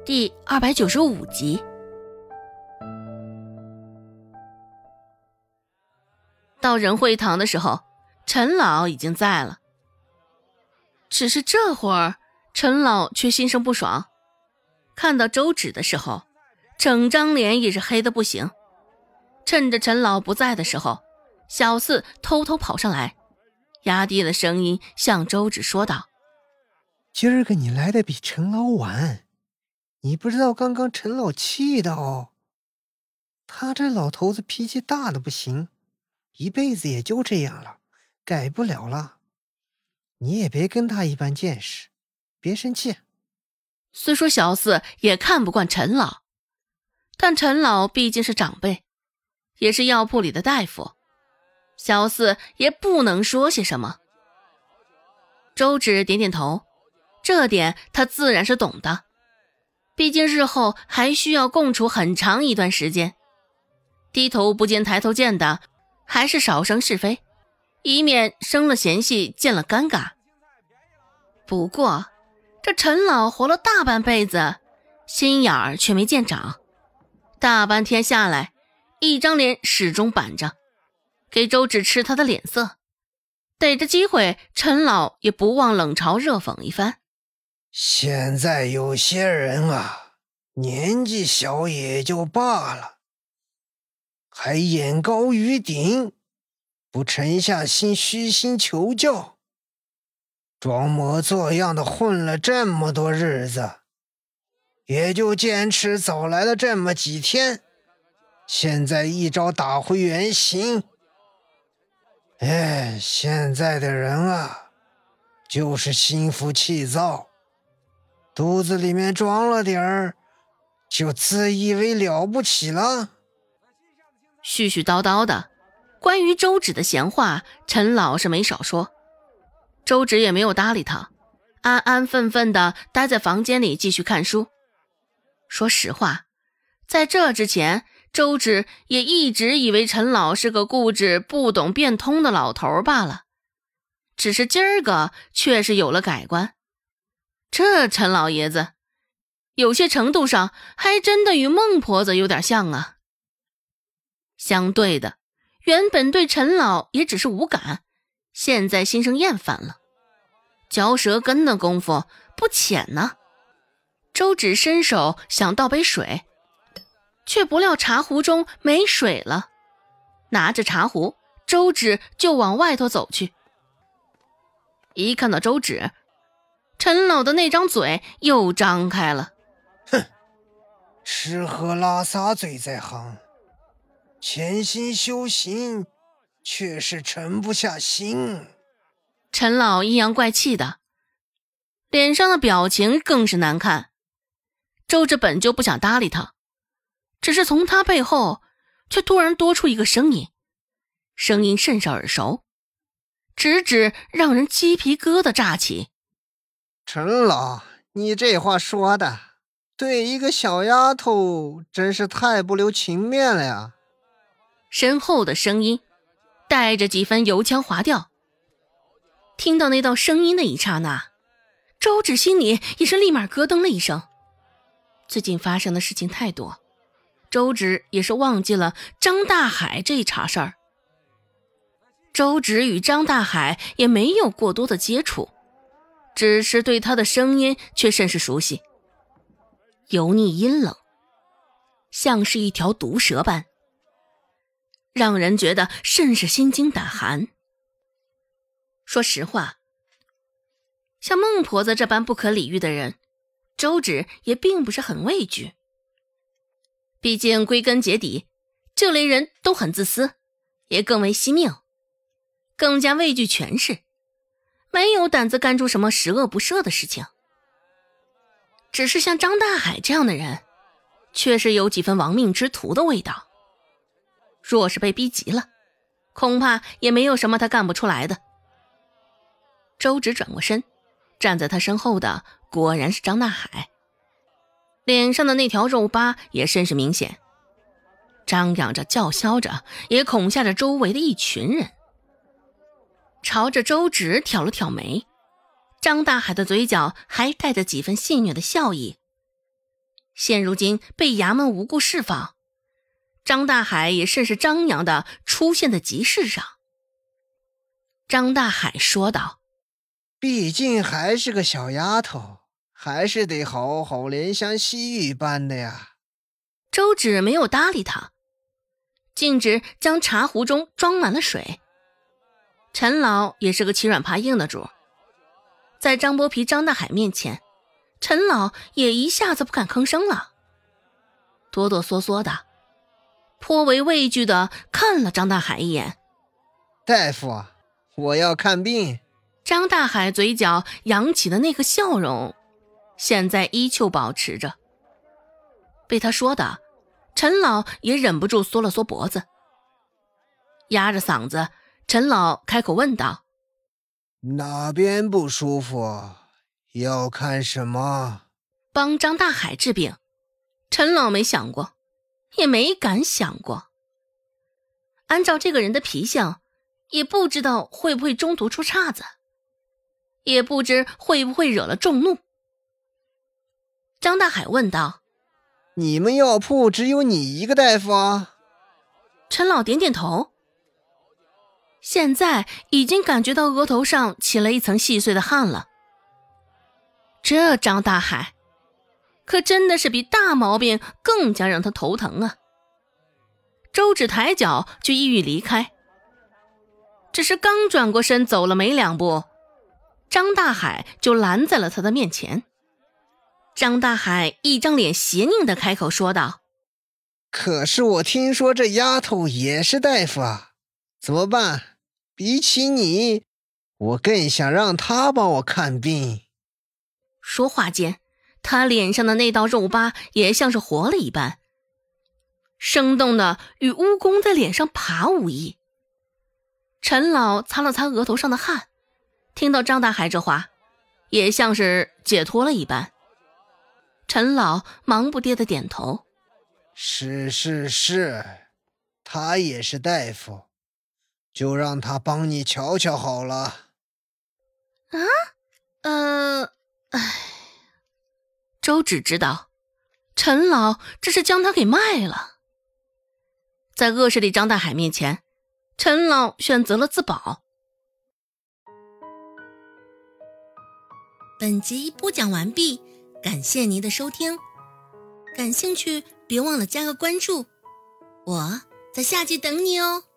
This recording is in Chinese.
第295集。到仁惠堂的时候，陈老已经在了。只是这会儿，陈老却心生不爽。看到周芷的时候，整张脸也是黑得不行。趁着陈老不在的时候，小四偷偷跑上来，压低了声音向周芷说道： 今儿个你来的比陈老晚，你不知道刚刚陈老气的哦。他这老头子脾气大的不行，一辈子也就这样了，改不了了。你也别跟他一般见识，别生气。 虽说小四也看不惯陈老，但陈老毕竟是长辈，也是药铺里的大夫，小四也不能说些什么。周芷点点头，这点他自然是懂的，毕竟日后还需要共处很长一段时间。低头不见抬头见的，还是少生是非，以免生了嫌隙见了尴尬。不过这陈老活了大半辈子，心眼儿却没见长，大半天下来，一张脸始终板着，给周芷吃他的脸色。逮着机会，陈老也不忘冷嘲热讽一番。 现在有些人啊，年纪小也就罢了，还眼高于顶，不沉下心虚心求教，装模作样的混了这么多日子，也就坚持走来了这么几天，现在一招打回原形。现在的人啊，就是心浮气躁，肚子里面装了点儿，就自以为了不起了。 絮絮叨叨的，关于周芷的闲话，陈老是没少说。周芷也没有搭理他，安安分分的待在房间里继续看书。说实话，在这之前，周芷也一直以为陈老是个固执不懂变通的老头罢了，只是今儿个却是有了改观。这陈老爷子有些程度上还真的与孟婆子有点像啊。相对的，原本对陈老也只是无感，现在心生厌烦了。嚼舌根的功夫不浅呢。周芷伸手想倒杯水，却不料茶壶中没水了。拿着茶壶，周芷就往外头走去。一看到周芷，陈老的那张嘴又张开了。 哼，吃喝拉撒最在行，潜心修行却是沉不下心。 陈老阴阳怪气的，脸上的表情更是难看。周芷本就不想搭理他，只是从他背后却突然多出一个声音，声音甚是耳熟，直指让人鸡皮疙瘩炸起。 陈老，你这话说的对一个小丫头真是太不留情面了呀。 身后的声音带着几分油腔滑调。听到那道声音的一刹那，周芷心里也是立马咯噔了一声。最近发生的事情太多，周芷也是忘记了张大海这一茬事儿。周芷与张大海也没有过多的接触，只是对他的声音却甚是熟悉，油腻阴冷，像是一条毒蛇般，让人觉得甚是心惊胆寒。说实话，像孟婆子这般不可理喻的人，周芷也并不是很畏惧。毕竟归根结底，这类人都很自私，也更为惜命，更加畏惧权势，没有胆子干出什么十恶不赦的事情。只是像张大海这样的人，却是有几分亡命之徒的味道。若是被逼急了，恐怕也没有什么他干不出来的。周芷转过身，站在他身后的果然是张大海，脸上的那条肉疤也甚是明显，张扬着叫嚣着，也恐吓着周围的一群人。朝着周芷挑了挑眉，张大海的嘴角还带着几分戏谑的笑意。 现如今被衙门无故释放，张大海也甚是张扬地出现在集市上。张大海说道： 毕竟还是个小丫头，还是得好好怜香惜玉般的呀。 周芷没有搭理他，径直将茶壶中装满了水。陈老也是个欺软怕硬的主，在张剥皮张大海面前，陈老也一下子不敢吭声了，哆哆嗦嗦的，颇为畏惧的看了张大海一眼。 大夫，我要看病。 张大海嘴角扬起的那个笑容，现在依旧保持着。被他说的，陈老也忍不住缩了缩脖子，压着嗓子，陈老开口问道： 哪边不舒服？要看什么？ 帮张大海治病，陈老没想过，也没敢想过。按照这个人的脾性，也不知道会不会中途出岔子，也不知会不会惹了众怒。张大海问道： 你们药铺只有你一个大夫啊？ 陈老点点头，现在已经感觉到额头上起了一层细碎的汗了。这张大海可真的是比大毛病更加让他头疼啊。周芷抬脚就意欲离开，只是刚转过身走了没2步，张大海就拦在了他的面前。张大海一张脸邪佞地开口说道： 可是我听说这丫头也是大夫啊，怎么办？比起你，我更想让她帮我看病。 说话间，他脸上的那道肉疤也像是活了一般，生动的与蜈蚣在脸上爬无异。陈老擦了擦额头上的汗，听到张大海这话，也像是解脱了一般。陈老忙不迭的点头： 是，他也是大夫，就让他帮你瞧瞧好了。 周芷知道陈老这是将他给卖了。在恶势力张大海面前，陈老选择了自保。 本集播讲完毕，感谢您的收听。感兴趣别忘了加个关注，我在下集等你哦。